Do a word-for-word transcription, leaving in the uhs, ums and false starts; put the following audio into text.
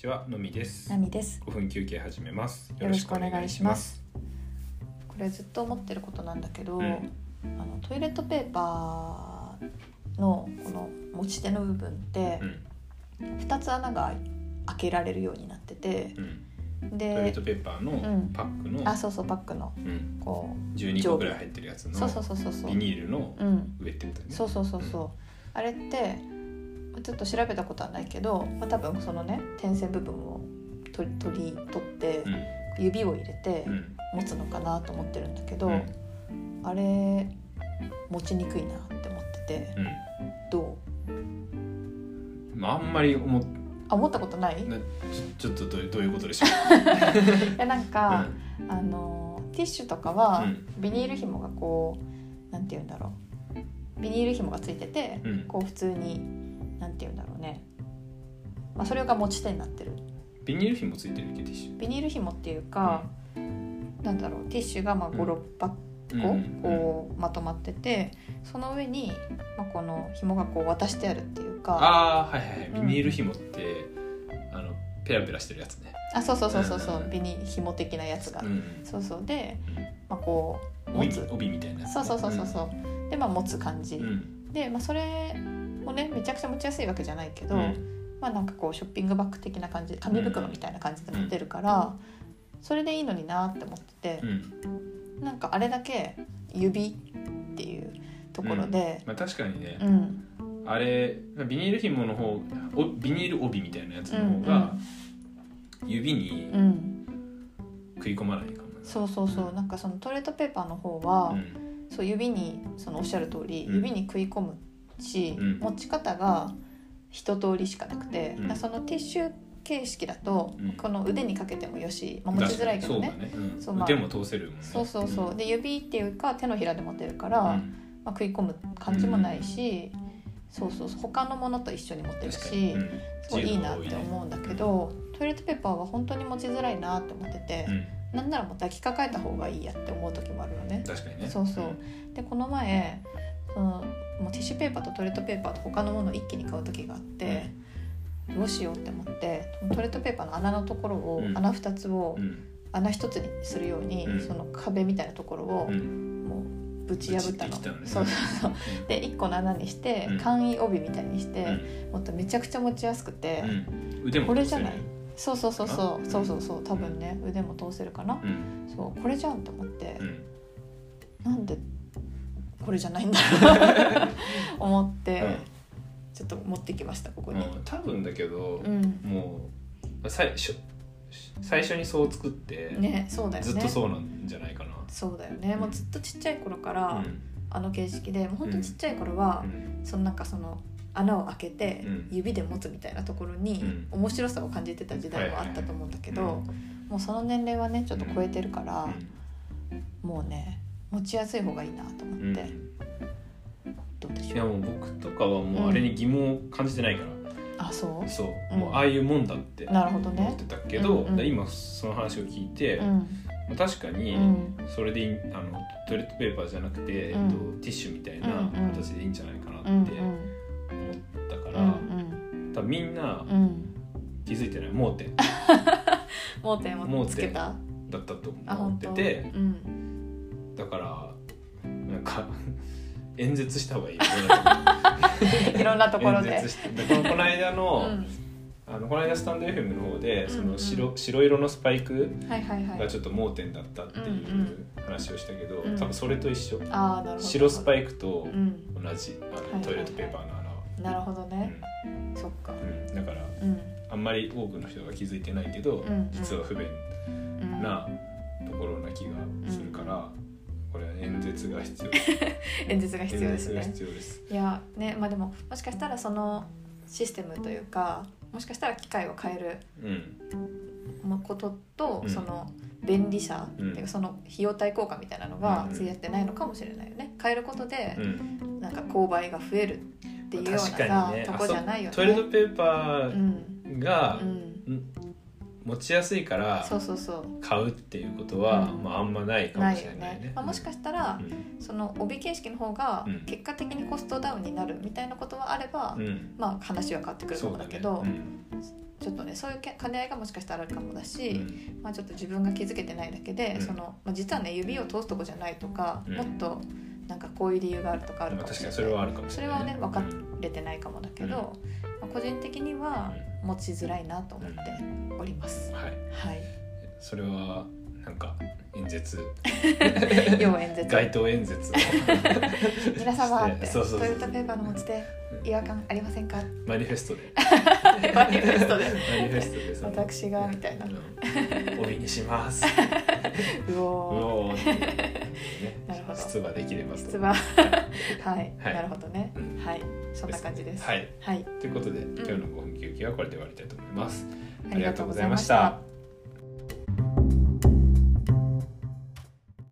ちは、のみです。 なみです。 ごふん休憩始めます。 よろしくお願いします。これずっと思ってることなんだけど、うん、あのトイレットペーパーのこの持ち手の部分ってふたつ穴が開けられるようになってて、 うん、でトイレットペーパーのパックの、 うん、あそうそうパックの、 うん、 こうじゅうにこぐらい入ってるやつのそうそうそうそうビニールの上ってことね、 うん、そうそうそうそう、うん、あれってちょっと調べたことはないけど、まあ、多分そのね点線部分を取り取り取って、うん、指を入れて持つのかなと思ってるんだけど、うん、あれ持ちにくいなって思ってて、うん、どう？まあ、あんまり思っあ思ったことない？ ちょ、ちょっとどういう、どういうことでしょう？ いやなんか、うん、あのティッシュとかはビニール紐がこうなんていうんだろうビニール紐がついてて、うん、こう普通になんていうんだろうね、まあ、それが持ち手になってる。 ビニール紐ついてるっけティッシュ？ ビニール紐っていうか、うん、なんだろうティッシュがまあご、ろっぱここうまとまってて、その上に、まあ、この紐がこう渡してあるっていうか。 あーはいはいはい、ビニール紐って、うん、あのペラペラしてるやつね。 あそうそうそうそうそう、うん、ビニール紐的なやつが、うん、そうそうで、まあ、こう持つ帯みたいなやつ、ね、 そうそうそうそうそう、うん、でまあ持つ感じ、うん、でまあそれもねめちゃくちゃ持ちやすいわけじゃないけど、うん、まあなんかこうショッピングバッグ的な感じ、紙袋みたいな感じで持ってるから、うん、それでいいのになって思ってて、うん、なんかあれだけ指っていうところで、 うんまあ、確かにね、うん、あれビニール紐の方ビニール帯みたいなやつの方が指に食い込まないかも、ね、 うん、そうそうそう、なんかそのトイレットペーパーの方は、うん、そう指にそのおっしゃる通り指に食い込むし、うん、持ち方が一通りしかなくて、うん、そのティッシュ形式だと、うん、この腕にかけてもよし、まあ、持ちづらいけどね、 そうだね、うんそうまあ、手も通せるもんね。 そうそうそう、で指っていうか手のひらで持てるから、うんまあ、食い込む感じもないし、うん、そうそうそう他のものと一緒に持てるし、うん、すごいいいなって思うんだけど、うん、トイレットペーパーは本当に持ちづらいなって思ってて、うん、なんならもう抱きかかえた方がいいやって思う時もあるのね。 確かにね。 そうそう、うん、でこの前そのもうティッシュペーパーとトイレットペーパーと他のものを一気に買う時があって、うん、どうしようって思ってトイレットペーパーの穴のところを、うん、穴ふたつを、うん、穴ひとつにするように、うん、その壁みたいなところを、うん、もうぶち破ったの、ね、そうそうそう、うん、でいっこの穴にして、うん、簡易帯みたいにして、うん、もっとめちゃくちゃ持ちやすくて、 うん、腕もこれじゃない？そうそうそうそうそうそうそう多分ね、うん、腕も通せるかな、うん、そうこれじゃんと思って、うん、なんでこれじゃないんだろう思って、うん、ちょっと持ってきましたここに、 うん、多分だけど、うん、もう最初、最初にそう作って、 ね、そうだよね、 ずっとそうなんじゃないかな。 そうだよね、うん、もうずっとちっちゃい頃から、うん、あの形式でもうほんとちっちゃい頃は、うん、そのなんかその穴を開けて指で持つみたいなところに面白さを感じてた時代はあったと思うんだけど、もうその年齢はねちょっと超えてるから、もうね持ちやすい方がいいなと思って、うん、どうでしょう。 いやもう僕とかはもうあれに疑問を感じてないから、うん、 あそうそう、うん、もうああいうもんだって思ってたけど、 うんうん、 今その話を聞いて、うん、確かにそれでいい、あのトイレットペーパーじゃなくて、うん、ティッシュみたいな形でいいんじゃないかなって思ったから、うんうん、多分みんな気づいてない、盲点盲点をつけただったと思ってて、うん、だからなんか演説した方がいいいろんなところで演説してこの、この間の、うん、あのこの間スタンド エフエム の方でその 白,、うんうん、白色のスパイクがちょっと盲点だったっていう話をしたけど、うんうん、多分それと一緒、うん、 あなるほど白スパイクと同じ、うん、あのトイレットペーパーの穴は、 なるほどね、うん、そっか、 うん、だから、うん、あんまり多くの人が気づいてないけど、うんうん、実は不便なところな気がするから、うん、これは演説が必要演説が必要ですね。 演説が必要です。 いやね、まあでももしかしたらそのシステムというか、もしかしたら機械を変える、うん、ことと、うん、その便利さ、うん、っていうかその費用対効果みたいなのが付き合ってないのかもしれないよね。変えることで、うん、なんか購買が増えるっていうようなさ、ね、とこじゃないよね。 トイレットペーパーが、うんうん持ちやすいから買うっていうことは、うんまあ、あんまないかもしれないね。ないよね。 まあ、もしかしたら、うん、その帯形式の方が結果的にコストダウンになるみたいなことはあれば、うん、まあ話は変わってくると思うんだけど、 ちょっとねそういう兼ね合いがもしかしたらあるかもだし、 うんまあ、ちょっと自分が気づけてないだけで、うんそのまあ、実はね指を通すとこじゃないとか、うん、もっとなんかこういう理由があるとかあるかもしれない、 まあ、確かにそれはあるかもしれない、 それはね分かれてないかもだけど、うんまあ、個人的には持ちづらいなと思っております、 うん、はい、 はい、 それはなんか演説要演説街頭演説を皆様ってそうそうそうトイレットペーパーの持ち手違和感ありませんかマニフェストでマニフェストでマニフェストでその私がみたいな、 うん、帯にしますうおーうおーって、ね、 なるほど出馬できればと出馬はい、はい、なるほどね、 うん、 はいそんな感じですはい、 はい、 ということで、うん、今日のごふん休憩はこれで終わりたいと思います、 ありがとうございました。